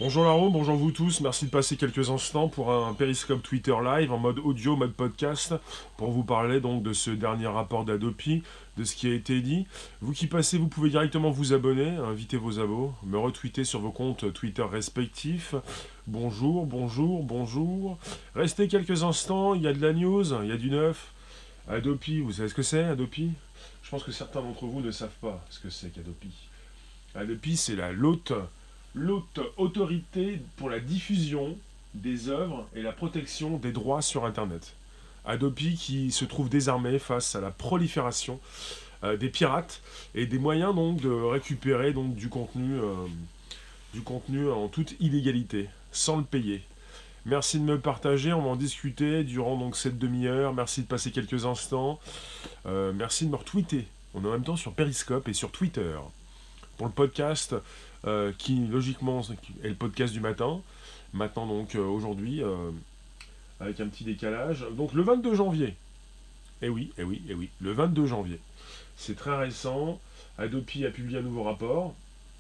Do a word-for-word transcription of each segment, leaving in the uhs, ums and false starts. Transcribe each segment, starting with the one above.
Bonjour Laro, bonjour vous tous, merci de passer quelques instants pour un Periscope Twitter live en mode audio, mode podcast, pour vous parler donc de ce dernier rapport d'Adopi, de ce qui a été dit. Vous qui passez, vous pouvez directement vous abonner, inviter vos abos, me retweeter sur vos comptes Twitter respectifs. Bonjour, bonjour, bonjour. Restez quelques instants, il y a de la news, il y a du neuf. Adopi, vous savez ce que c'est Adopi? Je pense que certains d'entre vous ne savent pas ce que c'est qu'Adopi. Adopi, c'est la l'hôte... l'haute autorité pour la diffusion des œuvres et la protection des droits sur Internet. Adopi qui se trouve désarmé face à la prolifération euh, des pirates et des moyens donc de récupérer donc du contenu, euh, du contenu en toute illégalité, sans le payer. Merci de me partager, on va en discuter durant donc cette demi-heure. Merci de passer quelques instants. Euh, merci de me retweeter. On est en même temps sur Periscope et sur Twitter. Pour le podcast, euh, qui logiquement est le podcast du matin, maintenant donc euh, aujourd'hui, euh, avec un petit décalage. Donc le vingt-deux janvier, eh oui, eh oui, eh oui, le vingt-deux janvier, c'est très récent, Adopi a publié un nouveau rapport.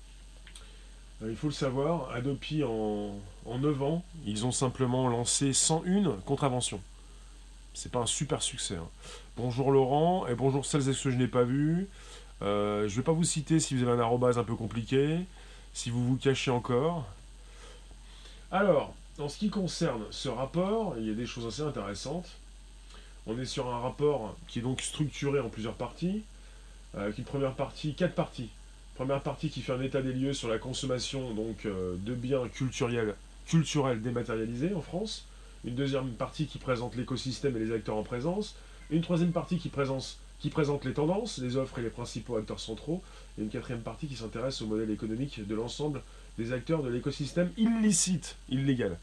Euh, il faut le savoir, Adopi en, en neuf ans, ils ont simplement lancé cent un contraventions. C'est pas un super succès. Hein. Bonjour Laurent, et bonjour celles et ceux que je n'ai pas vus. Euh, je ne vais pas vous citer si vous avez un arrobase un peu compliqué, si vous vous cachez encore. Alors, en ce qui concerne ce rapport, il y a des choses assez intéressantes. On est sur un rapport qui est donc structuré en plusieurs parties, avec une première partie, quatre parties. Première partie qui fait un état des lieux sur la consommation donc, euh, de biens culturels, culturels dématérialisés en France. Une deuxième partie qui présente l'écosystème et les acteurs en présence. Une troisième partie qui présente qui présente les tendances, les offres et les principaux acteurs centraux, et une quatrième partie qui s'intéresse au modèle économique de l'ensemble des acteurs de l'écosystème illicite, illégal.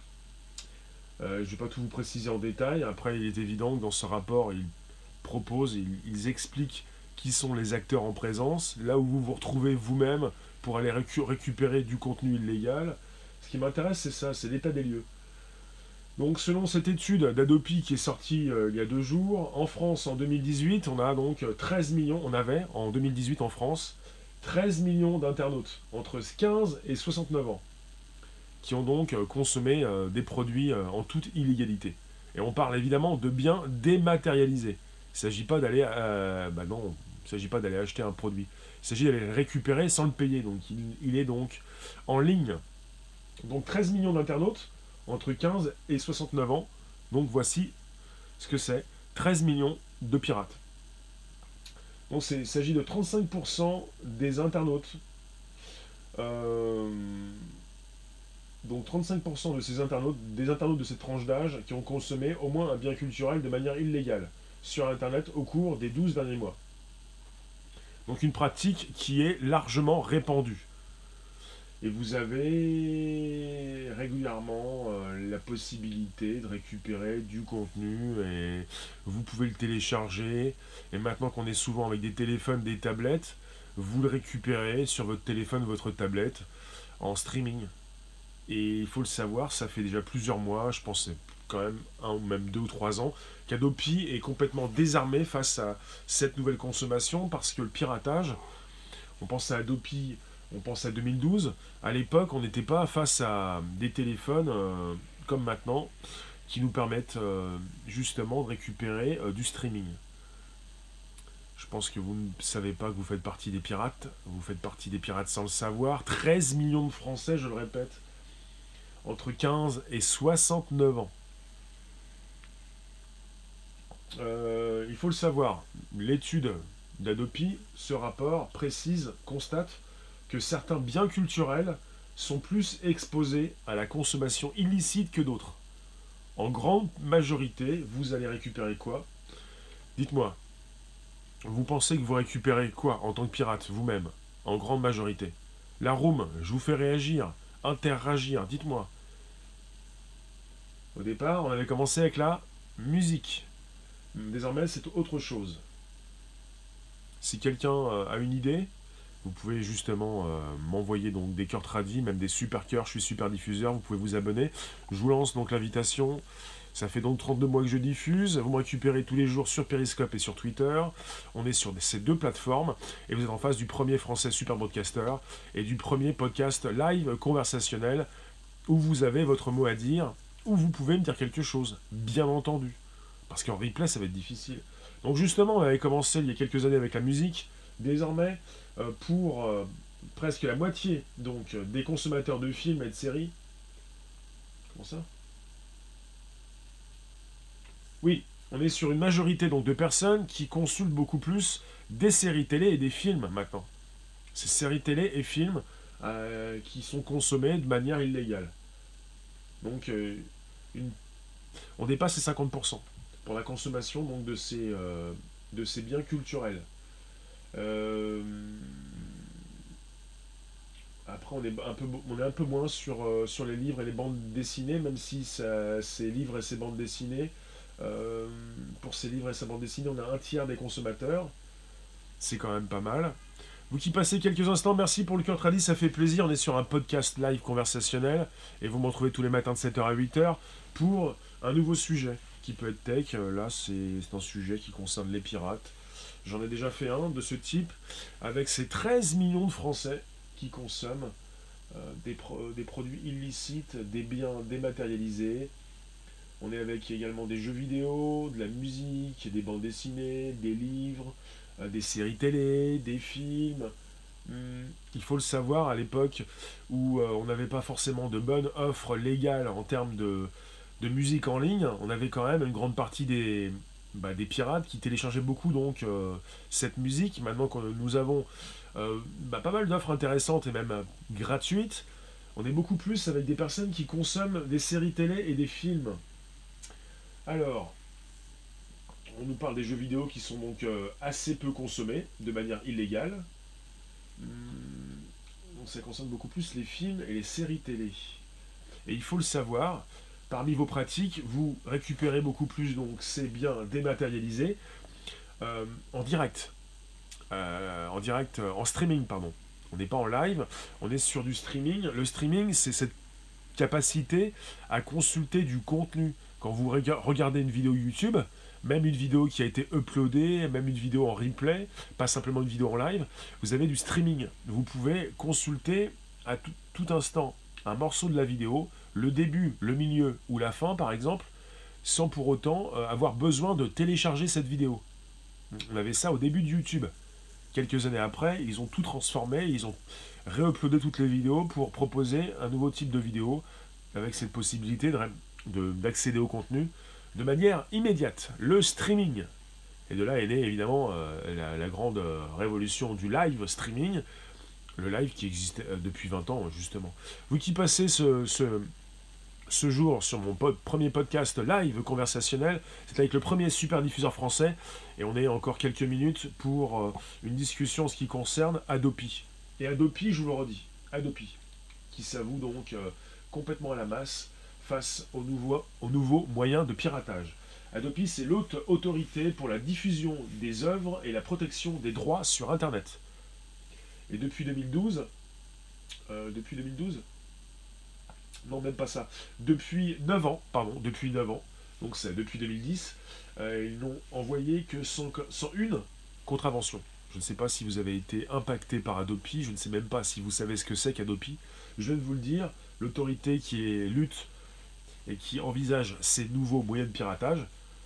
Euh, je ne vais pas tout vous préciser en détail, après il est évident que dans ce rapport, ils proposent, ils, ils expliquent qui sont les acteurs en présence, là où vous vous retrouvez vous-même pour aller récu- récupérer du contenu illégal. Ce qui m'intéresse, c'est ça, c'est l'état des lieux. Donc selon cette étude d'Adopi qui est sortie euh, il y a deux jours, en France en deux mille dix-huit, on a donc treize millions, on avait en deux mille dix-huit en France, treize millions d'internautes entre quinze et soixante-neuf ans, qui ont donc euh, consommé euh, des produits euh, en toute illégalité. Et on parle évidemment de biens dématérialisés. Il ne s'agit pas d'aller, euh, bah non, il s'agit pas d'aller acheter un produit. Il s'agit d'aller le récupérer sans le payer. Donc il, il est donc en ligne. Donc treize millions d'internautes entre quinze et soixante-neuf ans. Donc voici ce que c'est. treize millions de pirates. Donc il s'agit de trente-cinq pour cent des internautes. Euh, donc trente-cinq pour cent de ces internautes, des internautes de cette tranche d'âge qui ont consommé au moins un bien culturel de manière illégale sur Internet au cours des douze derniers mois. Donc une pratique qui est largement répandue. Et vous avez régulièrement euh, la possibilité de récupérer du contenu et vous pouvez le télécharger. Et maintenant qu'on est souvent avec des téléphones, des tablettes, vous le récupérez sur votre téléphone, votre tablette, en streaming. Et il faut le savoir, ça fait déjà plusieurs mois, je pense quand même un ou même deux ou trois ans, qu'Adopi est complètement désarmé face à cette nouvelle consommation parce que le piratage, on pense à Adopi... On pense à deux mille douze, à l'époque on n'était pas face à des téléphones euh, comme maintenant qui nous permettent euh, justement de récupérer euh, du streaming. Je pense que vous ne savez pas que vous faites partie des pirates, vous faites partie des pirates sans le savoir. treize millions de Français, je le répète, entre quinze et soixante-neuf ans. Euh, il faut le savoir, l'étude d'Adopi, ce rapport précise, constate que certains biens culturels sont plus exposés à la consommation illicite que d'autres. En grande majorité, vous allez récupérer quoi? Dites-moi, vous pensez que vous récupérez quoi en tant que pirate, vous-même, en grande majorité? La room, je vous fais réagir, interagir, dites-moi. Au départ, on avait commencé avec la musique. Désormais, c'est autre chose. Si quelqu'un a une idée, vous pouvez justement euh, m'envoyer donc des cœurs tradis, même des super cœurs, je suis super diffuseur, vous pouvez vous abonner. Je vous lance donc l'invitation. Ça fait donc trente-deux mois que je diffuse. Vous me récupérez tous les jours sur Periscope et sur Twitter. On est sur ces deux plateformes. Et vous êtes en face du premier français super broadcaster et du premier podcast live conversationnel où vous avez votre mot à dire, où vous pouvez me dire quelque chose, bien entendu. Parce qu'en replay, ça va être difficile. Donc justement, on avait commencé il y a quelques années avec la musique. Désormais, euh, pour euh, presque la moitié donc, des consommateurs de films et de séries... Comment ça ? Oui, on est sur une majorité donc, de personnes qui consultent beaucoup plus des séries télé et des films maintenant. Ces séries télé et films euh, qui sont consommés de manière illégale. Donc, euh, une... on dépasse les cinquante pour cent pour la consommation donc, de, ces, euh, de ces biens culturels. Euh... Après, on est un peu, on est un peu moins sur, euh, sur les livres et les bandes dessinées, même si ça, ces livres et ces bandes dessinées, euh, pour ces livres et ces bandes dessinées, on a un tiers des consommateurs. C'est quand même pas mal. Vous qui passez quelques instants, merci pour le cœur tradit, ça fait plaisir. On est sur un podcast live conversationnel et vous me retrouvez tous les matins de sept heures à huit heures pour un nouveau sujet qui peut être tech. Là, c'est un sujet qui concerne les pirates. J'en ai déjà fait un de ce type avec ces treize millions de Français qui consomment euh, des, pro des produits illicites, des biens dématérialisés. On est avec également des jeux vidéo, de la musique, des bandes dessinées, des livres, euh, des séries télé, des films. Hum, il faut le savoir, à l'époque où euh, on n'avait pas forcément de bonnes offres légales en termes de, de musique en ligne, on avait quand même une grande partie des, bah, des pirates qui téléchargeaient beaucoup donc euh, cette musique. Maintenant que nous avons euh, bah, pas mal d'offres intéressantes et même euh, gratuites, on est beaucoup plus avec des personnes qui consomment des séries télé et des films. Alors, on nous parle des jeux vidéo qui sont donc euh, assez peu consommés de manière illégale. Hum, donc ça concerne beaucoup plus les films et les séries télé. Et il faut le savoir, parmi vos pratiques, vous récupérez beaucoup plus donc ces biens dématérialisés euh, en direct. Euh, en direct, euh, en streaming, pardon. On n'est pas en live, on est sur du streaming. Le streaming, c'est cette capacité à consulter du contenu. Quand vous rega- regardez une vidéo YouTube, même une vidéo qui a été uploadée, même une vidéo en replay, pas simplement une vidéo en live, vous avez du streaming. Vous pouvez consulter à tout, tout instant un morceau de la vidéo, le début, le milieu ou la fin par exemple, sans pour autant euh, avoir besoin de télécharger cette vidéo. On avait ça au début de YouTube. Quelques années après, ils ont tout transformé, ils ont réuploadé toutes les vidéos pour proposer un nouveau type de vidéo avec cette possibilité d'accéder au contenu de manière immédiate, le streaming. Et de là est née évidemment euh, la, la grande euh, révolution du live streaming, le live qui existait euh, depuis vingt ans justement. Vous qui passez ce, ce, ce jour sur mon pod, premier podcast live conversationnel, c'est avec le premier super diffuseur français, et on est encore quelques minutes pour euh, une discussion en ce qui concerne Adopi. Et Adopi, je vous le redis, Adopi, qui s'avoue donc euh, complètement à la masse face aux nouveaux, aux nouveaux moyens de piratage. Adopi, c'est l'haute autorité pour la diffusion des œuvres et la protection des droits sur Internet. Et depuis deux mille douze, euh, depuis deux mille douze, non même pas ça, depuis neuf ans, pardon, depuis neuf ans, donc c'est depuis deux mille dix, euh, ils n'ont envoyé que cent un contraventions. Je ne sais pas si vous avez été impacté par Adopi, je ne sais même pas si vous savez ce que c'est qu'Adopi. Je vais vous le dire, l'autorité qui est lutte et qui envisage ces nouveaux moyens de piratage,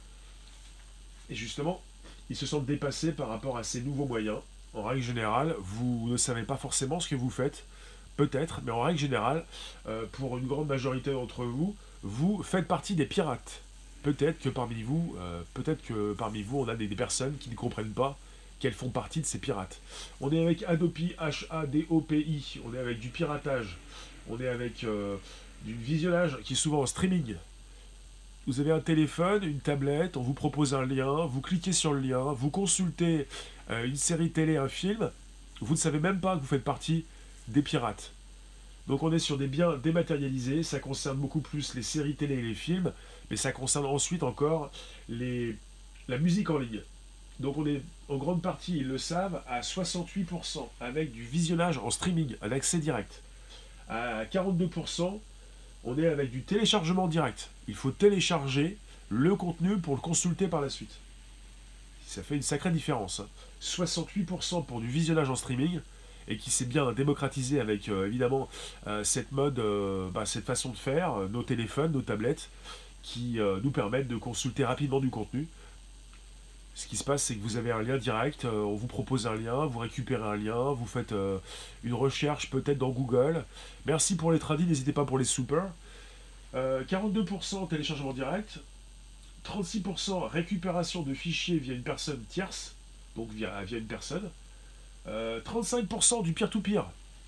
et justement, ils se sentent dépassés par rapport à ces nouveaux moyens. En règle générale, vous ne savez pas forcément ce que vous faites, peut-être, mais en règle générale, euh, pour une grande majorité d'entre vous, vous faites partie des pirates. Peut-être que parmi vous, euh, peut-être que parmi vous, on a des, des personnes qui ne comprennent pas qu'elles font partie de ces pirates. On est avec Adopi, H A D O P I, on est avec du piratage, on est avec euh, du visionnage qui est souvent en streaming. Vous avez un téléphone, une tablette, on vous propose un lien, vous cliquez sur le lien, vous consultez euh, une série télé, un film, vous ne savez même pas que vous faites partie des pirates. Donc on est sur des biens dématérialisés, ça concerne beaucoup plus les séries télé et les films, mais ça concerne ensuite encore les, la musique en ligne. Donc on est en grande partie, ils le savent, à soixante-huit pour cent avec du visionnage en streaming, un accès direct. À quarante-deux pour cent, on est avec du téléchargement direct. il faut télécharger le contenu pour le consulter par la suite. Ça fait une sacrée différence. Hein. soixante-huit pour cent pour du visionnage en streaming, et qui s'est bien démocratisé avec euh, évidemment euh, cette mode, euh, bah, cette façon de faire, euh, nos téléphones, nos tablettes, qui euh, nous permettent de consulter rapidement du contenu. Ce qui se passe, c'est que vous avez un lien direct, euh, on vous propose un lien, vous récupérez un lien, vous faites euh, une recherche peut-être dans Google. Merci pour les tradis, n'hésitez pas pour les super. Euh, quarante-deux pour cent téléchargement direct, trente-six pour cent récupération de fichiers via une personne tierce, donc via, via une personne, euh, trente-cinq pour cent du peer-to-peer.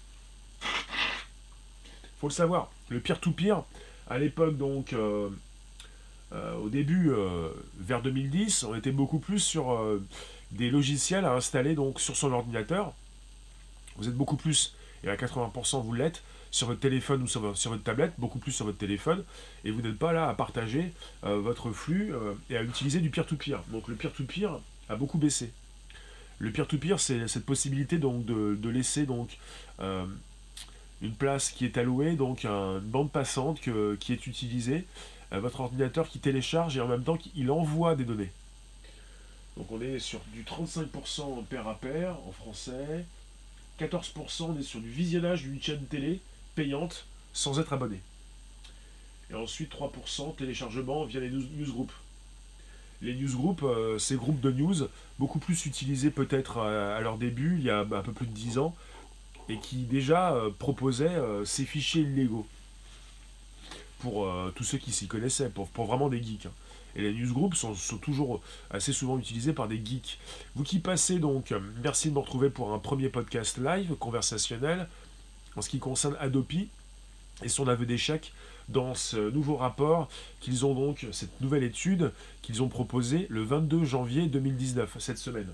Faut le savoir, le peer-to-peer, à l'époque donc, euh, euh, au début, euh, vers deux mille dix, on était beaucoup plus sur euh, des logiciels à installer donc sur son ordinateur. Vous êtes beaucoup plus, et à quatre-vingts pour cent vous l'êtes, sur votre téléphone ou sur votre, sur votre tablette, beaucoup plus sur votre téléphone, et vous n'êtes pas là à partager euh, votre flux euh, et à utiliser du peer-to-peer. Donc le peer-to-peer a beaucoup baissé. Le peer-to-peer, c'est cette possibilité donc de, de laisser donc euh, une place qui est allouée, donc un- une bande passante que- qui est utilisée, euh, votre ordinateur qui télécharge et en même temps qu'il envoie des données. Donc on est sur du trente-cinq pour cent pair à pair en français, quatorze pour cent on est sur du visionnage d'une chaîne télé payante sans être abonné. Et ensuite trois pour cent téléchargement via les news- newsgroups. Les newsgroups, euh, ces groupes de news, beaucoup plus utilisés peut-être à, à leur début, il y a un peu plus de dix ans, et qui déjà euh, proposaient euh, ces fichiers illégaux pour euh, tous ceux qui s'y connaissaient, pour, pour vraiment des geeks. Hein. Et les newsgroups sont, sont toujours assez souvent utilisés par des geeks. Vous qui passez donc, euh, merci de me retrouver pour un premier podcast live, conversationnel, en ce qui concerne Adopi et son aveu d'échec dans ce nouveau rapport qu'ils ont donc, cette nouvelle étude qu'ils ont proposée le vingt-deux janvier deux mille dix-neuf, cette semaine.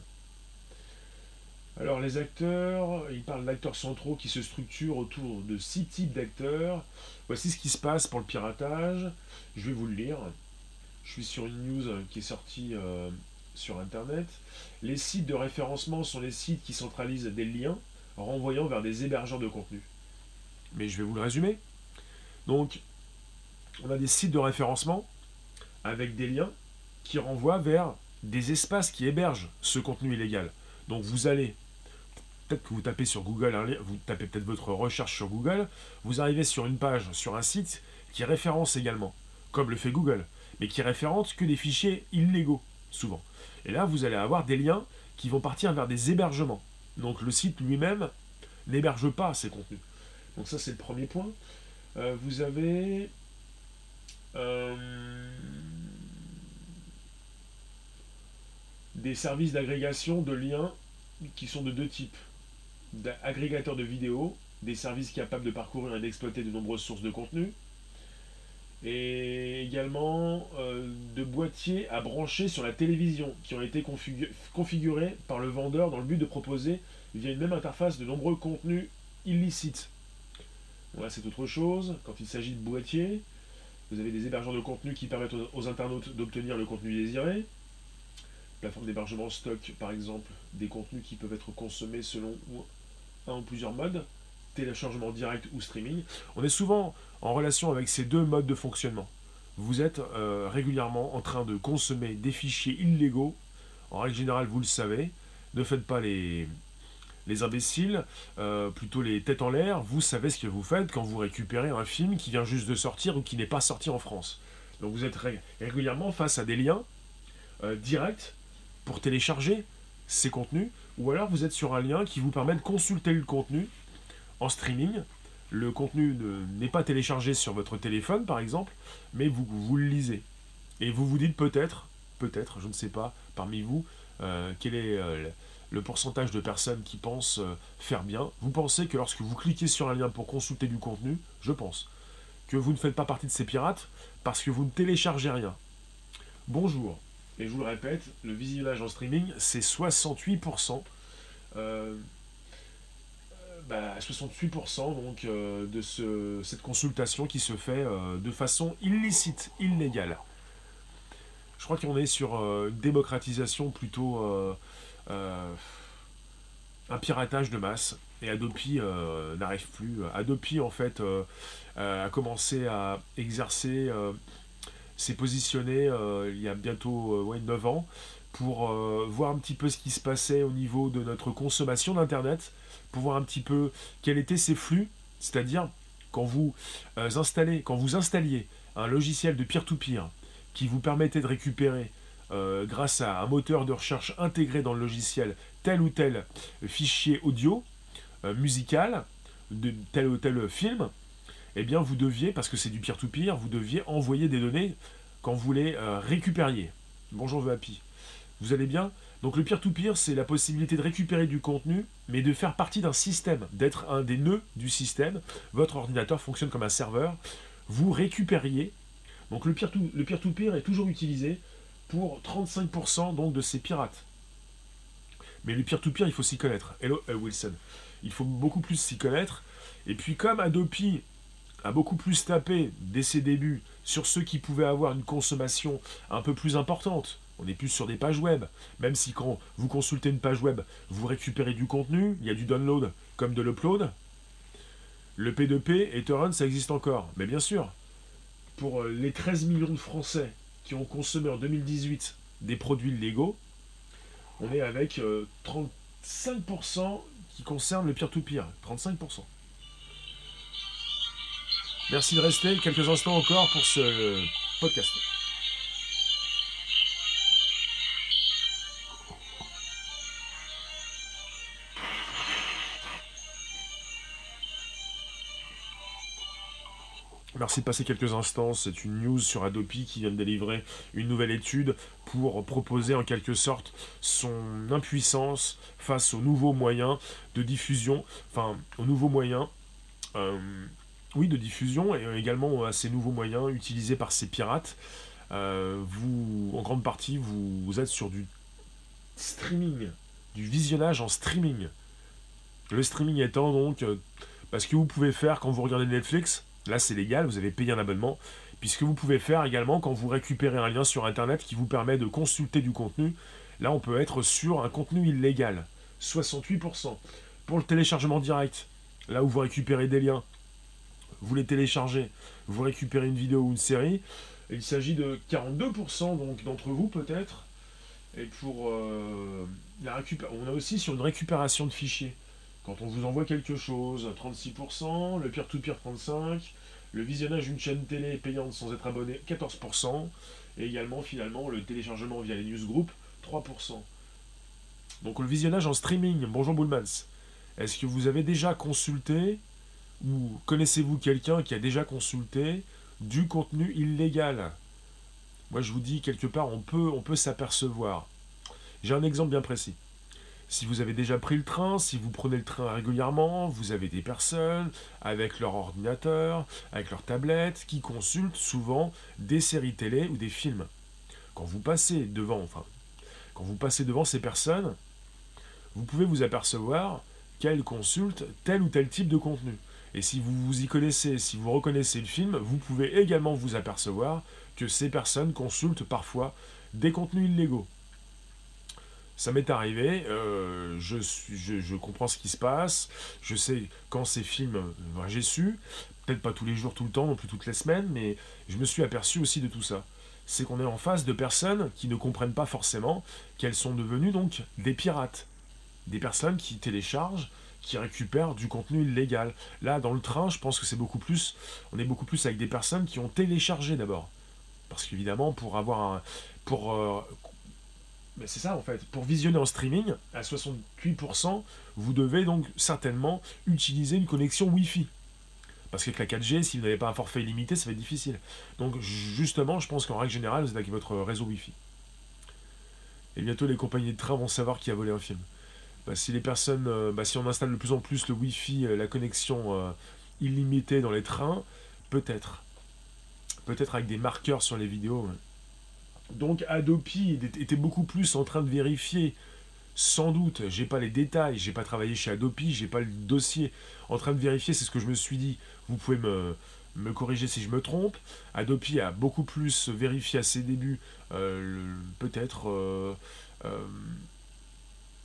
Alors les acteurs, ils parlent d'acteurs centraux qui se structurent autour de six types d'acteurs. Voici ce qui se passe pour le piratage. Je vais vous le lire. Je suis sur une news qui est sortie euh, sur Internet. Les sites de référencement sont les sites qui centralisent des liens renvoyant vers des hébergeurs de contenu. Mais je vais vous le résumer. Donc, on a des sites de référencement avec des liens qui renvoient vers des espaces qui hébergent ce contenu illégal. Donc vous allez, peut-être que vous tapez sur Google, un lien, vous tapez peut-être votre recherche sur Google, vous arrivez sur une page, sur un site qui référence également, comme le fait Google, mais qui référence que des fichiers illégaux, souvent. Et là, vous allez avoir des liens qui vont partir vers des hébergements. Donc le site lui-même n'héberge pas ces contenus. Donc ça, c'est le premier point. Euh, vous avez... Euh, des services d'agrégation de liens qui sont de deux types. Agrégateurs de vidéos, des services capables de parcourir et d'exploiter de nombreuses sources de contenu, et également euh, de boîtiers à brancher sur la télévision qui ont été configu- configurés par le vendeur dans le but de proposer via une même interface de nombreux contenus illicites. Voilà, c'est autre chose. Quand il s'agit de boîtiers, vous avez des hébergeurs de contenu qui permettent aux, aux internautes d'obtenir le contenu désiré. Plateforme d'hébergement stock, par exemple, des contenus qui peuvent être consommés selon un ou plusieurs modes, téléchargement direct ou streaming. On est souvent en relation avec ces deux modes de fonctionnement. Vous êtes euh, régulièrement en train de consommer des fichiers illégaux. En règle générale, vous le savez. Ne faites pas les, les imbéciles, euh, plutôt les têtes en l'air. Vous savez ce que vous faites quand vous récupérez un film qui vient juste de sortir ou qui n'est pas sorti en France. Donc vous êtes ré- régulièrement face à des liens euh, directs pour télécharger ces contenus, ou alors vous êtes sur un lien qui vous permet de consulter le contenu en streaming. Le contenu ne- n'est pas téléchargé sur votre téléphone, par exemple, mais vous, vous le lisez. Et vous vous dites peut-être, peut-être, je ne sais pas, parmi vous, euh, quel est euh, le pourcentage de personnes qui pensent euh, faire bien. Vous pensez que lorsque vous cliquez sur un lien pour consulter du contenu, je pense, que vous ne faites pas partie de ces pirates parce que vous ne téléchargez rien. Bonjour. Et je vous le répète, le visionnage en streaming, c'est soixante-huit pour cent. Euh, bah, soixante-huit pour cent donc, euh, de ce, cette consultation qui se fait euh, de façon illicite, illégale. Je crois qu'on est sur euh, une démocratisation plutôt euh, euh, un piratage de masse. Et Adopi euh, n'arrive plus. Adopi, en fait, euh, euh, a commencé à exercer... Euh, s'est positionné euh, il y a bientôt euh, ouais, neuf ans pour euh, voir un petit peu ce qui se passait au niveau de notre consommation d'Internet, pour voir un petit peu quels étaient ces flux, c'est-à-dire quand vous euh, installez, quand vous installiez un logiciel de peer-to-peer qui vous permettait de récupérer euh, grâce à un moteur de recherche intégré dans le logiciel tel ou tel fichier audio, euh, musical, de tel ou tel film, eh bien vous deviez, parce que c'est du peer-to-peer, vous deviez envoyer des données quand vous les euh, récupériez. Bonjour V A P I. Vous allez bien? Donc le peer-to-peer, c'est la possibilité de récupérer du contenu, mais de faire partie d'un système, d'être un des nœuds du système. Votre ordinateur fonctionne comme un serveur. Vous récupériez. Donc le peer-to- le peer-to-peer est toujours utilisé pour trente-cinq pour cent donc, de ces pirates. Mais le peer-to-peer, il faut s'y connaître. Hello euh, Wilson. Il faut beaucoup plus s'y connaître. Et puis comme Adopi a beaucoup plus tapé dès ses débuts sur ceux qui pouvaient avoir une consommation un peu plus importante, on est plus sur des pages web, même si quand vous consultez une page web, vous récupérez du contenu, il y a du download comme de l'upload. Le P deux P et torrent, ça existe encore. Mais bien sûr, pour les treize millions de Français qui ont consommé en deux mille dix-huit des produits illégaux, on est avec euh, trente-cinq pour cent qui concerne le peer-to-peer. trente-cinq pour cent. Merci de rester quelques instants encore pour ce podcast. Merci de passer quelques instants. C'est une news sur Adopi qui vient de délivrer une nouvelle étude pour proposer en quelque sorte son impuissance face aux nouveaux moyens de diffusion, enfin aux nouveaux moyens, euh, oui, de diffusion et également à ces nouveaux moyens utilisés par ces pirates. Euh, vous, en grande partie, vous, vous êtes sur du streaming, du visionnage en streaming. Le streaming étant donc euh, parce que vous pouvez faire quand vous regardez Netflix. Là, c'est légal, vous avez payé un abonnement, puisque vous pouvez faire également quand vous récupérez un lien sur Internet qui vous permet de consulter du contenu. Là, on peut être sur un contenu illégal, soixante-huit pour cent. Pour le téléchargement direct, là où vous récupérez des liens, vous les téléchargez, vous récupérez une vidéo ou une série, il s'agit de quarante-deux pour cent donc, d'entre vous peut-être. Et pour euh, la récupér... on a aussi sur une récupération de fichiers. Quand on vous envoie quelque chose, trente-six pour cent, le peer-to-peer trente-cinq pour cent, le visionnage d'une chaîne télé payante sans être abonné quatorze pour cent, et également finalement le téléchargement via les newsgroups trois pour cent. Donc le visionnage en streaming, bonjour Bullmans. Est-ce que vous avez déjà consulté, ou connaissez-vous quelqu'un qui a déjà consulté du contenu illégal? Moi je vous dis, quelque part on peut, on peut s'apercevoir. J'ai un exemple bien précis. Si vous avez déjà pris le train, si vous prenez le train régulièrement, vous avez des personnes avec leur ordinateur, avec leur tablette, qui consultent souvent des séries télé ou des films. Quand vous passez devant, enfin, quand vous passez devant ces personnes, vous pouvez vous apercevoir qu'elles consultent tel ou tel type de contenu. Et si vous vous y connaissez, si vous reconnaissez le film, vous pouvez également vous apercevoir que ces personnes consultent parfois des contenus illégaux. Ça m'est arrivé, euh, je, suis, je, je comprends ce qui se passe, je sais quand ces films, ben, j'ai su, peut-être pas tous les jours, tout le temps, non plus toutes les semaines, mais je me suis aperçu aussi de tout ça. C'est qu'on est en face de personnes qui ne comprennent pas forcément qu'elles sont devenues donc des pirates. Des personnes qui téléchargent, qui récupèrent du contenu illégal. Là, dans le train, je pense que c'est beaucoup plus, on est beaucoup plus avec des personnes qui ont téléchargé d'abord. Parce qu'évidemment, pour avoir un... pour euh, Mais c'est ça en fait, pour visionner en streaming, à soixante-huit pour cent, vous devez donc certainement utiliser une connexion Wi-Fi. Parce qu'avec la quatre G, si vous n'avez pas un forfait illimité, ça va être difficile. Donc justement, je pense qu'en règle générale, vous êtes avec votre réseau Wi-Fi. Et bientôt, les compagnies de train vont savoir qui a volé un film. Bah, si les personnes, euh, bah, si on installe de plus en plus le Wi-Fi, euh, la connexion euh, illimitée dans les trains, peut-être. Peut-être avec des marqueurs sur les vidéos. Ouais. Donc Adopi était beaucoup plus en train de vérifier, sans doute, j'ai pas les détails, j'ai pas travaillé chez Adopi, j'ai pas le dossier, en train de vérifier, c'est ce que je me suis dit, vous pouvez me, me corriger si je me trompe. Adopi a beaucoup plus vérifié à ses débuts, euh, peut-être, euh, euh,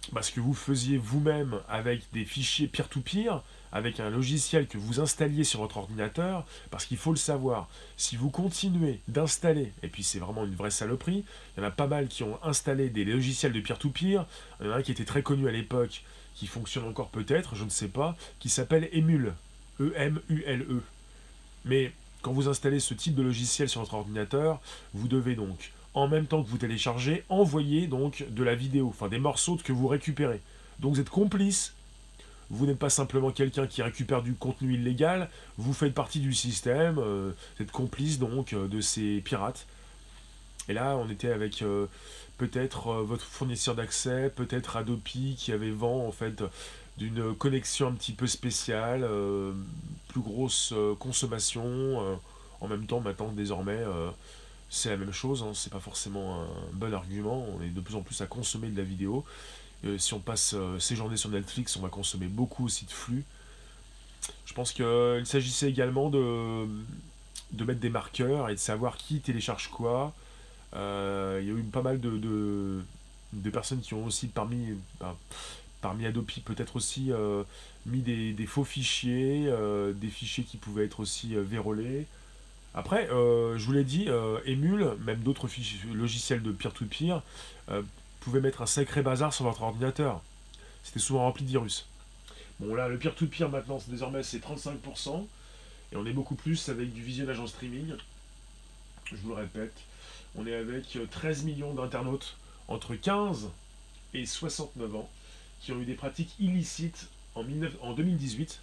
bah, ce que vous faisiez vous-même avec des fichiers peer-to-peer, avec un logiciel que vous installiez sur votre ordinateur, parce qu'il faut le savoir, si vous continuez d'installer, et puis c'est vraiment une vraie saloperie, il y en a pas mal qui ont installé des logiciels de peer-to-peer, il y en a un qui était très connu à l'époque, qui fonctionne encore peut-être, je ne sais pas, qui s'appelle Emule, E M U L E. Mais quand vous installez ce type de logiciel sur votre ordinateur, vous devez donc, en même temps que vous téléchargez, envoyer donc de la vidéo, enfin des morceaux que vous récupérez. Donc vous êtes complice. Vous n'êtes pas simplement quelqu'un qui récupère du contenu illégal, vous faites partie du système, euh, vous êtes complice donc euh, de ces pirates. Et là, on était avec euh, peut-être euh, votre fournisseur d'accès, peut-être Adobe qui avait vent en fait d'une connexion un petit peu spéciale, euh, plus grosse euh, consommation. euh, en même temps, maintenant, désormais, euh, c'est la même chose. Hein, c'est pas forcément un bon argument. On est de plus en plus à consommer de la vidéo. Euh, si on passe euh, ses journées sur Netflix, on va consommer beaucoup aussi de flux. Je pense qu'il s'agissait également de, de mettre des marqueurs et de savoir qui télécharge quoi. Euh, il y a eu pas mal de, de, de personnes qui ont aussi parmi, ben, parmi Adobe peut-être aussi euh, mis des, des faux fichiers, euh, des fichiers qui pouvaient être aussi euh, vérolés. Après, euh, je vous l'ai dit, euh, Emule, même d'autres fichiers- logiciels de peer-to-peer, euh, pouvaient mettre un sacré bazar sur votre ordinateur. C'était souvent rempli de virus. Bon là, le peer-to-peer maintenant, c'est- désormais c'est trente-cinq pour cent, et on est beaucoup plus avec du visionnage en streaming. Je vous le répète, on est avec euh, treize millions d'internautes entre quinze et soixante-neuf ans qui ont eu des pratiques illicites en, mille neuf- en deux mille dix-huit.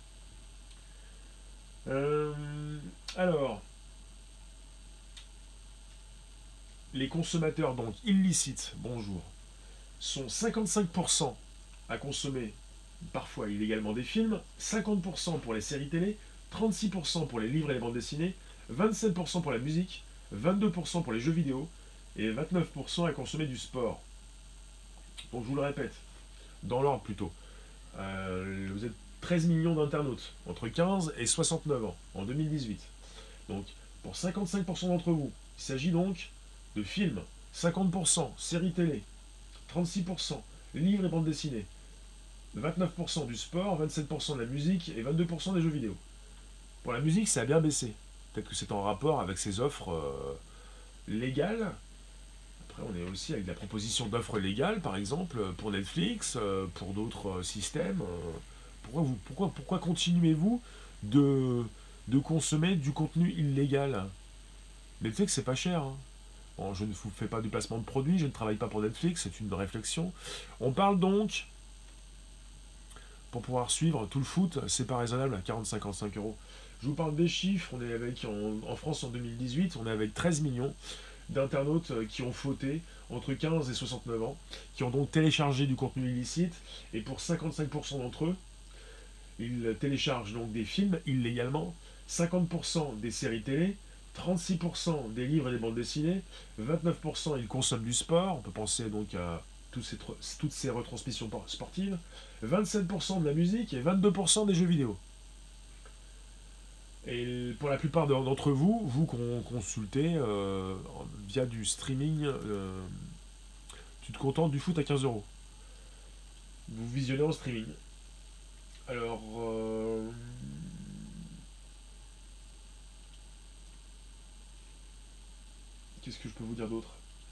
Euh, alors, les consommateurs donc illicites, bonjour, sont cinquante-cinq pour cent à consommer parfois illégalement des films, cinquante pour cent pour les séries télé, trente-six pour cent pour les livres et les bandes dessinées, vingt-sept pour cent pour la musique, vingt-deux pour cent pour les jeux vidéo et vingt-neuf pour cent à consommer du sport. Donc je vous le répète, dans l'ordre plutôt. Euh, vous êtes treize millions d'internautes, entre quinze et soixante-neuf ans, en deux mille dix-huit. Donc, pour cinquante-cinq pour cent d'entre vous, il s'agit donc de films, cinquante pour cent séries télé, trente-six pour cent livres et bandes dessinées, vingt-neuf pour cent du sport, vingt-sept pour cent de la musique et vingt-deux pour cent des jeux vidéo. Pour la musique, ça a bien baissé. Peut-être que c'est en rapport avec ces offres euh, légales. Après, on est aussi avec la proposition d'offres légales, par exemple, pour Netflix, euh, pour d'autres euh, systèmes. euh. pourquoi, vous, pourquoi, pourquoi continuez-vous de, de consommer du contenu illégal? Netflix, c'est pas cher. Hein. Bon, je ne vous fais pas du placement de produits, je ne travaille pas pour Netflix, c'est une réflexion. On parle donc, pour pouvoir suivre tout le foot, c'est pas raisonnable à quarante à cinquante-cinq euros. Je vous parle des chiffres, on est avec, en, en France en deux mille dix-huit, on est avec treize millions d'internautes qui ont fauté entre quinze et soixante-neuf ans, qui ont donc téléchargé du contenu illicite, et pour cinquante-cinq pour cent d'entre eux, ils téléchargent donc des films illégalement, cinquante pour cent des séries télé, trente-six pour cent des livres et des bandes dessinées, vingt-neuf pour cent ils consomment du sport, on peut penser donc à toutes ces, toutes ces retransmissions sportives, vingt-sept pour cent de la musique et vingt-deux pour cent des jeux vidéo. Et pour la plupart d'entre vous, vous consultez euh, via du streaming, euh, tu te contentes du foot à quinze euros. Vous visionnez en streaming. Alors, euh, qu'est-ce que je peux vous dire d'autre?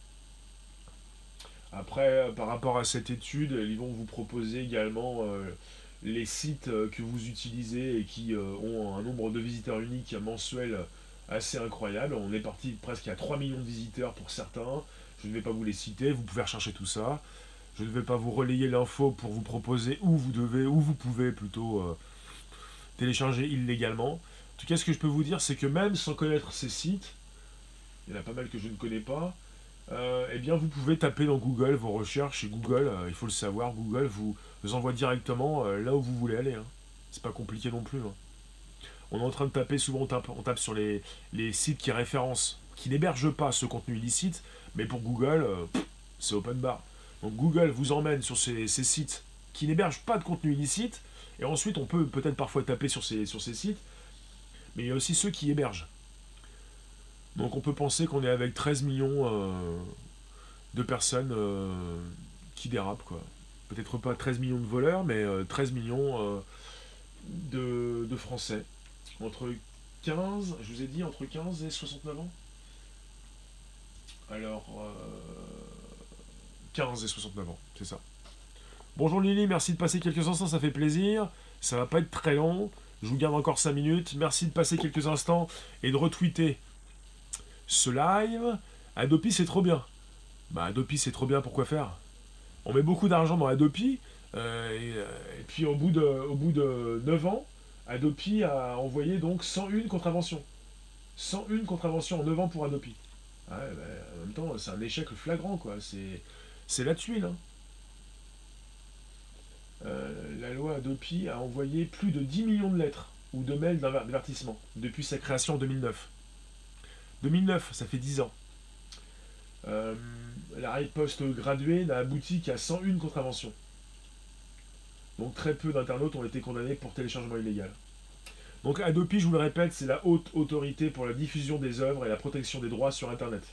Après, par rapport à cette étude, ils vont vous proposer également euh, les sites euh, que vous utilisez et qui euh, ont un nombre de visiteurs uniques mensuels assez incroyable. On est parti presque à trois millions de visiteurs pour certains. Je ne vais pas vous les citer, vous pouvez rechercher tout ça. Je ne vais pas vous relayer l'info pour vous proposer où vous devez, où vous pouvez plutôt euh, télécharger illégalement. En tout cas, ce que je peux vous dire, c'est que même sans connaître ces sites, il y en a pas mal que je ne connais pas, euh, eh bien vous pouvez taper dans Google vos recherches et Google, euh, il faut le savoir, Google vous, vous envoie directement euh, là où vous voulez aller. Hein. C'est pas compliqué non plus. Hein. On est en train de taper, souvent on tape, on tape sur les, les sites qui référencent, qui n'hébergent pas ce contenu illicite, mais pour Google, euh, pff, c'est open bar. Donc Google vous emmène sur ces, ces sites qui n'hébergent pas de contenu illicite, et ensuite on peut peut-être parfois taper sur ces, sur ces sites, mais il y a aussi ceux qui hébergent. Donc on peut penser qu'on est avec treize millions euh, de personnes euh, qui dérapent, quoi. peut-être pas treize millions de voleurs, mais euh, treize millions euh, de, de Français. Entre quinze, je vous ai dit, entre quinze et soixante-neuf ans. Alors, euh, quinze et soixante-neuf ans, c'est ça. Bonjour Lily, merci de passer quelques instants, ça fait plaisir. Ça va pas être très long, je vous garde encore cinq minutes. Merci de passer quelques instants et de retweeter ce live. Adopi, c'est trop bien. Bah, Adopi, c'est trop bien, pourquoi faire? On met beaucoup d'argent dans Adopi, euh, et, euh, et puis au bout, de, au bout de neuf ans, Adopi a envoyé donc cent une contraventions. cent une contraventions en neuf ans pour Adopi. Ouais, bah, en même temps, c'est un échec flagrant, quoi. C'est, c'est la tuile, hein. Euh, la loi Adopi a envoyé plus de dix millions de lettres ou de mails d'avertissement depuis sa création en deux mille neuf. deux mille neuf, ça fait dix ans. Euh, la riposte graduée n'a abouti qu'à cent une contraventions. Donc très peu d'internautes ont été condamnés pour téléchargement illégal. Donc Adopi, je vous le répète, c'est la haute autorité pour la diffusion des œuvres et la protection des droits sur Internet.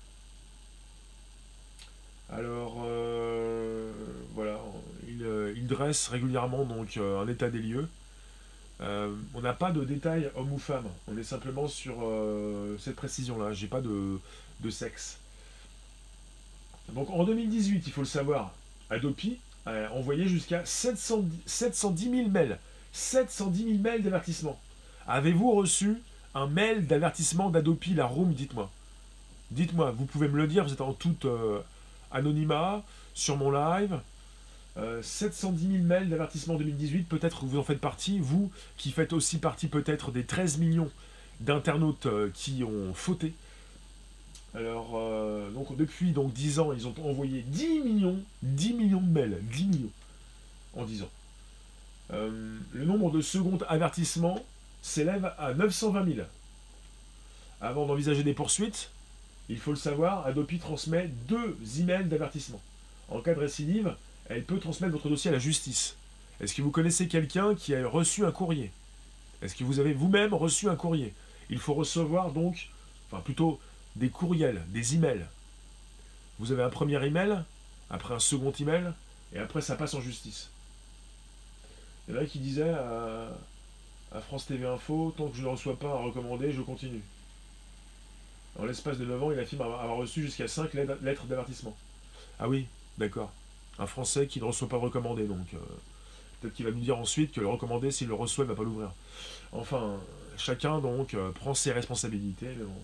Alors, euh, voilà, il, il dresse régulièrement donc euh, un état des lieux. Euh, on n'a pas de détails homme ou femme, on est simplement sur euh, cette précision-là, j'ai pas de, de sexe. Donc en deux mille dix-huit, il faut le savoir, Adopi a envoyé jusqu'à sept cent dix mille mails. sept cent dix mille mails d'avertissement. Avez-vous reçu un mail d'avertissement d'Adopi, la room? Dites-moi. Dites-moi, vous pouvez me le dire, vous êtes en toute euh, anonymat, sur mon live. Euh, sept cent dix mille mails d'avertissement deux mille dix-huit, peut-être que vous en faites partie, vous qui faites aussi partie peut-être des treize millions d'internautes euh, qui ont fauté. Alors, euh, donc depuis donc, dix ans, ils ont envoyé dix millions, dix millions de mails, dix millions en dix ans. Euh, le nombre de secondes avertissements s'élève à neuf cent vingt mille. Avant d'envisager des poursuites, il faut le savoir, Adopi transmet deux emails d'avertissement. En cas de récidive, elle peut transmettre votre dossier à la justice. Est-ce que vous connaissez quelqu'un qui a reçu un courrier? Est-ce que vous avez vous-même reçu un courrier? Il faut recevoir donc, enfin plutôt des courriels, des emails. Vous avez un premier email, après un second email, et après ça passe en justice. Il y en a qui disaient à, à France T V Info, tant que je ne reçois pas un recommandé, je continue. En l'espace de neuf ans, il affirme avoir reçu jusqu'à cinq lettres d'avertissement. Ah oui, d'accord. Un Français qui ne reçoit pas de recommandé, donc euh, peut-être qu'il va nous dire ensuite que le recommandé, s'il le reçoit, il ne va pas l'ouvrir. Enfin, chacun donc euh, prend ses responsabilités, mais bon.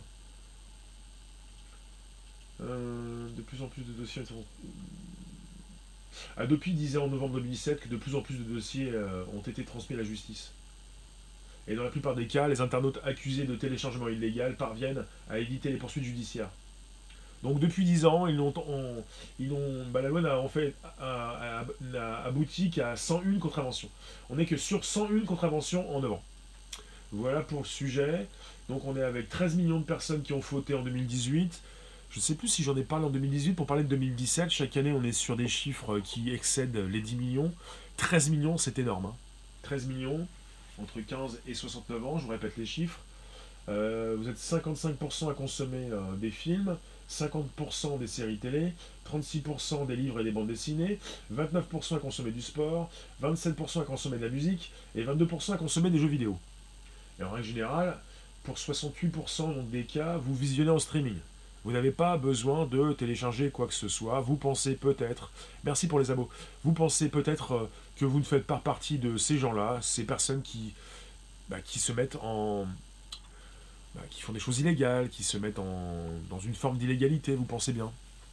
Euh, de plus en plus de dossiers... Adopi disait en novembre deux mille dix-sept que de plus en plus de dossiers euh, ont été transmis à la justice. Et dans la plupart des cas, les internautes accusés de téléchargement illégal parviennent à éviter les poursuites judiciaires. Donc depuis dix ans, ils ont, on, ils ont, bah, la loi n'a en fait a, a, a abouti qu'à cent une contraventions. On n'est que sur cent une contraventions en neuf ans. Voilà pour le sujet. Donc on est avec treize millions de personnes qui ont fauté en deux mille dix-huit. Je ne sais plus si j'en ai parlé en deux mille dix-huit. Pour parler de deux mille dix-sept, chaque année on est sur des chiffres qui excèdent les dix millions. treize millions, c'est énorme. Hein. treize millions, entre quinze et soixante-neuf ans, je vous répète les chiffres. Euh, vous êtes cinquante-cinq pour cent à consommer euh, des films, cinquante pour cent des séries télé, trente-six pour cent des livres et des bandes dessinées, vingt-neuf pour cent à consommer du sport, vingt-sept pour cent à consommer de la musique et vingt-deux pour cent à consommer des jeux vidéo. Et en règle générale, pour soixante-huit pour cent donc, des cas, vous visionnez en streaming. Vous n'avez pas besoin de télécharger quoi que ce soit. Vous pensez peut-être, merci pour les abos, vous pensez peut-être euh, que vous ne faites pas partie de ces gens-là, ces personnes qui, bah, qui se mettent en... Bah, qui font des choses illégales, qui se mettent en, dans une forme d'illégalité, vous pensez bien.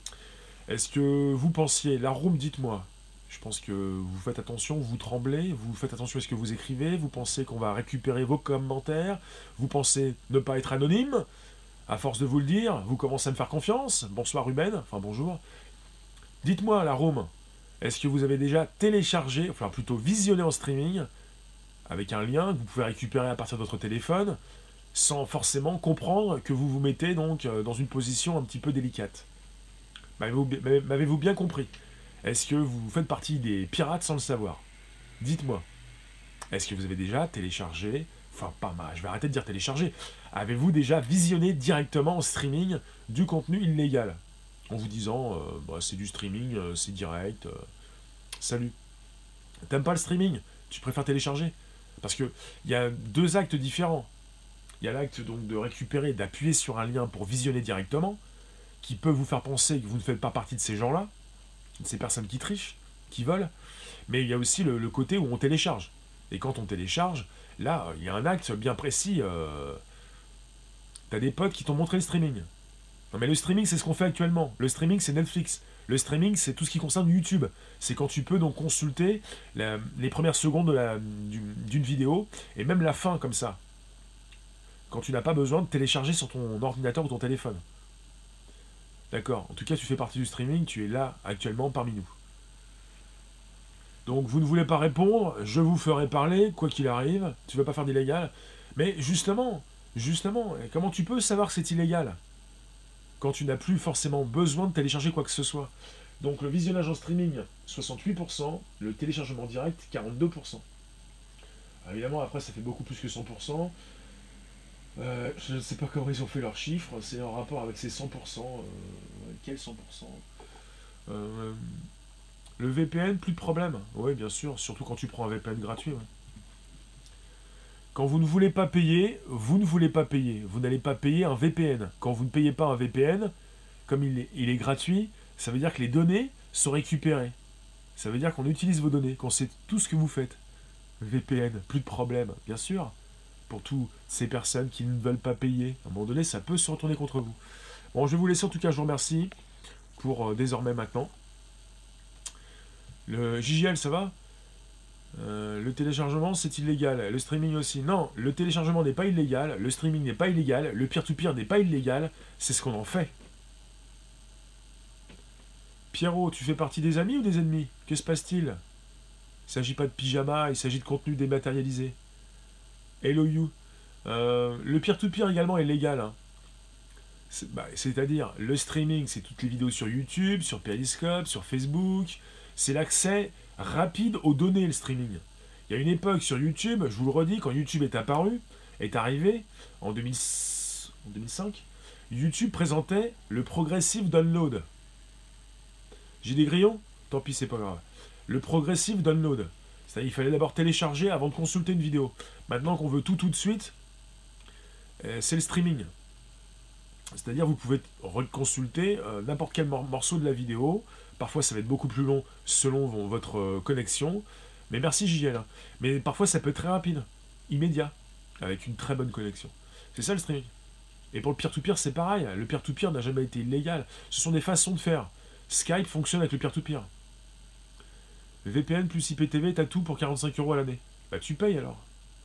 Est-ce que vous pensiez, la room, dites-moi, je pense que vous faites attention, vous tremblez, vous faites attention à ce que vous écrivez, vous pensez qu'on va récupérer vos commentaires, vous pensez ne pas être anonyme, à force de vous le dire, vous commencez à me faire confiance. Bonsoir Ruben, enfin bonjour. Dites-moi, la room, est-ce que vous avez déjà téléchargé, enfin plutôt visionné en streaming, avec un lien que vous pouvez récupérer à partir de votre téléphone, sans forcément comprendre que vous vous mettez donc dans une position un petit peu délicate. M'avez-vous, m'avez-vous bien compris? Est-ce que vous faites partie des pirates sans le savoir? Dites-moi. Est-ce que vous avez déjà téléchargé, enfin pas mal, je vais arrêter de dire télécharger, avez-vous déjà visionné directement en streaming du contenu illégal? En vous disant, euh, bah, c'est du streaming, euh, c'est direct, euh, Salut. T'aimes pas le streaming? Tu préfères télécharger? Parce que il y a deux actes différents. Il y a l'acte donc de récupérer, d'appuyer sur un lien pour visionner directement, qui peut vous faire penser que vous ne faites pas partie de ces gens-là, de ces personnes qui trichent, qui volent. Mais il y a aussi le, le côté où on télécharge. Et quand on télécharge, là, il y a un acte bien précis. Euh... T'as des potes qui t'ont montré le streaming. Non mais le streaming, c'est ce qu'on fait actuellement. Le streaming, c'est Netflix. Le streaming, c'est tout ce qui concerne YouTube. C'est quand tu peux donc consulter la, les premières secondes de la, d'une, d'une vidéo, et même la fin, comme ça. Quand tu n'as pas besoin de télécharger sur ton ordinateur ou ton téléphone. D'accord. En tout cas, tu fais partie du streaming, tu es là, actuellement, parmi nous. Donc, vous ne voulez pas répondre, je vous ferai parler, quoi qu'il arrive. Tu ne veux pas faire d'illégal. Mais justement, justement, comment tu peux savoir que c'est illégal quand tu n'as plus forcément besoin de télécharger quoi que ce soit? Donc le visionnage en streaming, soixante-huit pour cent, le téléchargement direct, quarante-deux pour cent. Alors, évidemment, après, ça fait beaucoup plus que cent pour cent. Euh, je ne sais pas comment ils ont fait leurs chiffres, c'est en rapport avec ces cent pour cent. Euh, quel cent pour cent euh, Le V P N, plus de problème. Oui, bien sûr, surtout quand tu prends un V P N gratuit. Ouais. Quand vous ne voulez pas payer, vous ne voulez pas payer. Vous n'allez pas payer un V P N. Quand vous ne payez pas un V P N, comme il est, il est gratuit, ça veut dire que les données sont récupérées. Ça veut dire qu'on utilise vos données, qu'on sait tout ce que vous faites. V P N, plus de problème, bien sûr. Pour toutes ces personnes qui ne veulent pas payer, à un moment donné, ça peut se retourner contre vous. Bon, je vais vous laisser, en tout cas, je vous remercie pour euh, désormais maintenant. Le J J L, ça va? Euh, le téléchargement, c'est illégal. Le streaming aussi. Non, le téléchargement n'est pas illégal. Le streaming n'est pas illégal. Le peer-to-peer n'est pas illégal. C'est ce qu'on en fait. Pierrot, tu fais partie des amis ou des ennemis? Que se passe-t-il? Il ne s'agit pas de pyjama, il s'agit de contenu dématérialisé. Hello you. Euh, le peer-to-peer également est légal. Hein. C'est, bah, c'est-à-dire, le streaming, c'est toutes les vidéos sur YouTube, sur Periscope, sur Facebook. C'est l'accès rapide aux données, le streaming. Il y a une époque sur YouTube, je vous le redis, quand YouTube est apparu, est arrivé, en, deux mille, en deux mille cinq, YouTube présentait le Progressive Download. J'ai des grillons? Tant pis, c'est pas grave. Le Progressive Download. C'est-à-dire qu'il fallait d'abord télécharger avant de consulter une vidéo. Maintenant qu'on veut tout tout de suite, euh, c'est le streaming. C'est-à-dire vous pouvez reconsulter euh, n'importe quel mor- morceau de la vidéo. Parfois ça va être beaucoup plus long selon v- votre euh, connexion. Mais merci J L. Hein. Mais parfois ça peut être très rapide, immédiat, avec une très bonne connexion. C'est ça le streaming. Et pour le peer-to-peer, c'est pareil. Le peer-to-peer n'a jamais été illégal. Ce sont des façons de faire. Skype fonctionne avec le peer-to-peer. V P N plus I P T V, t'as tout pour quarante-cinq euros à l'année. Bah tu payes alors.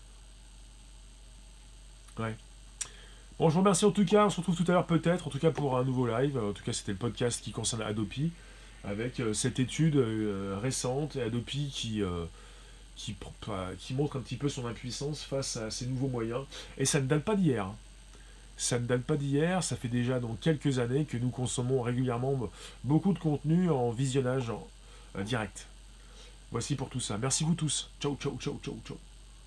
Ouais. Bon, je vous remercie en tout cas. On se retrouve tout à l'heure peut-être, en tout cas pour un nouveau live. En tout cas, c'était le podcast qui concerne Adopi, avec euh, cette étude euh, récente, Adopi qui, euh, qui, euh, qui montre un petit peu son impuissance face à ces nouveaux moyens. Et ça ne date pas d'hier. Hein. Ça ne date pas d'hier, ça fait déjà donc quelques années que nous consommons régulièrement beaucoup de contenu en visionnage en, euh, direct. Voici pour tout ça. Merci vous tous. Ciao, ciao, ciao, ciao, ciao.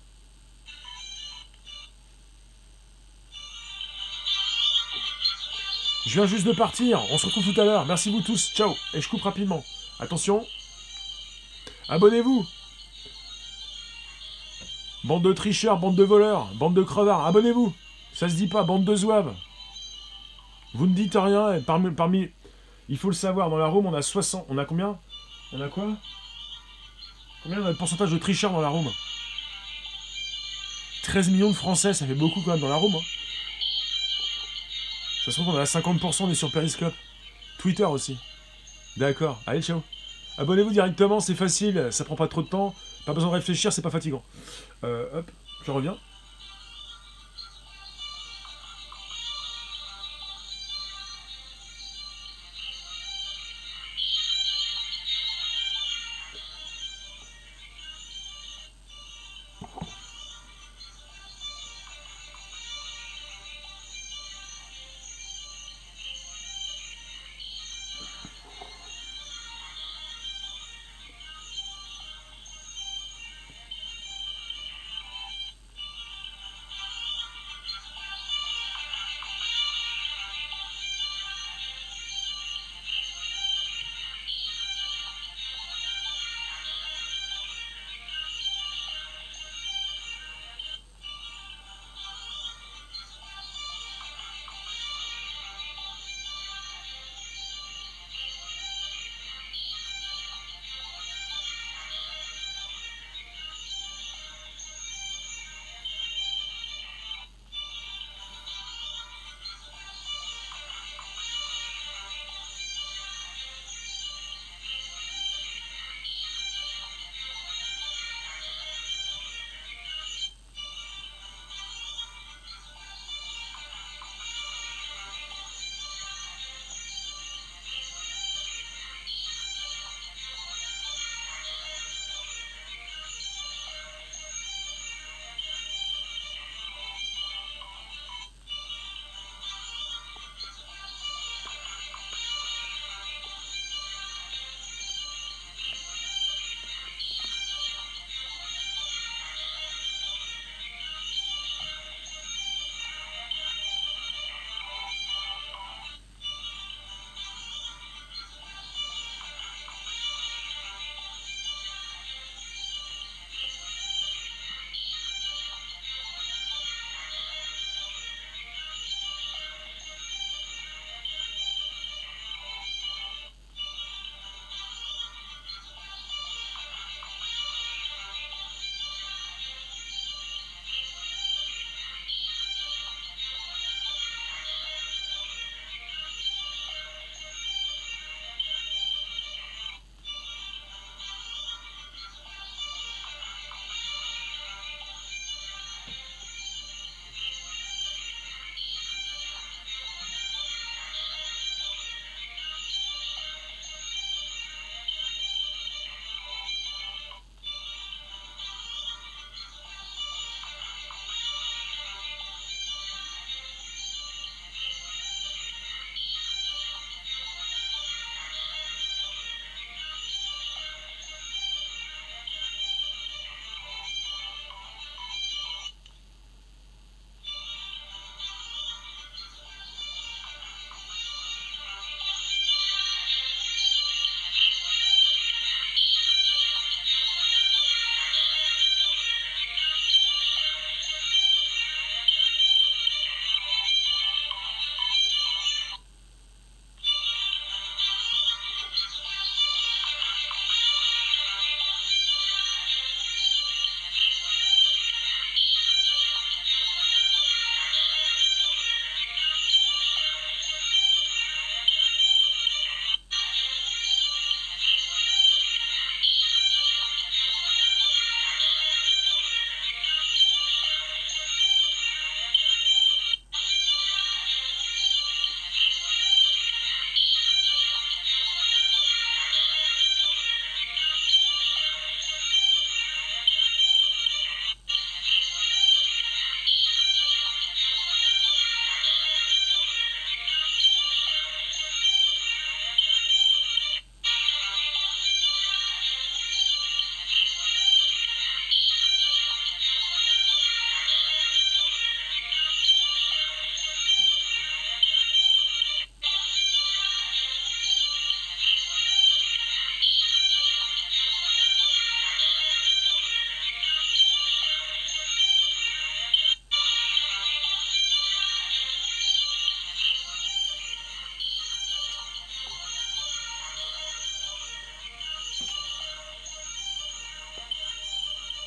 Je viens juste de partir. On se retrouve tout à l'heure. Merci vous tous. Ciao. Et je coupe rapidement. Attention. Abonnez-vous. Bande de tricheurs, bande de voleurs, bande de crevards. Abonnez-vous. Ça se dit pas, bande de zouaves. Vous ne dites rien. Et parmi, parmi... Il faut le savoir. Dans la room, on a soixante... On a combien? On a quoi? Combien on a de pourcentage de tricheurs dans la room? treize millions de Français, ça fait beaucoup quand même dans la room. Hein. Ça se trouve qu'on a cinquante pour cent, on est sur Periscope. Twitter aussi. D'accord, allez ciao. Abonnez-vous directement, c'est facile, ça prend pas trop de temps. Pas besoin de réfléchir, c'est pas fatigant. Euh, hop, je reviens.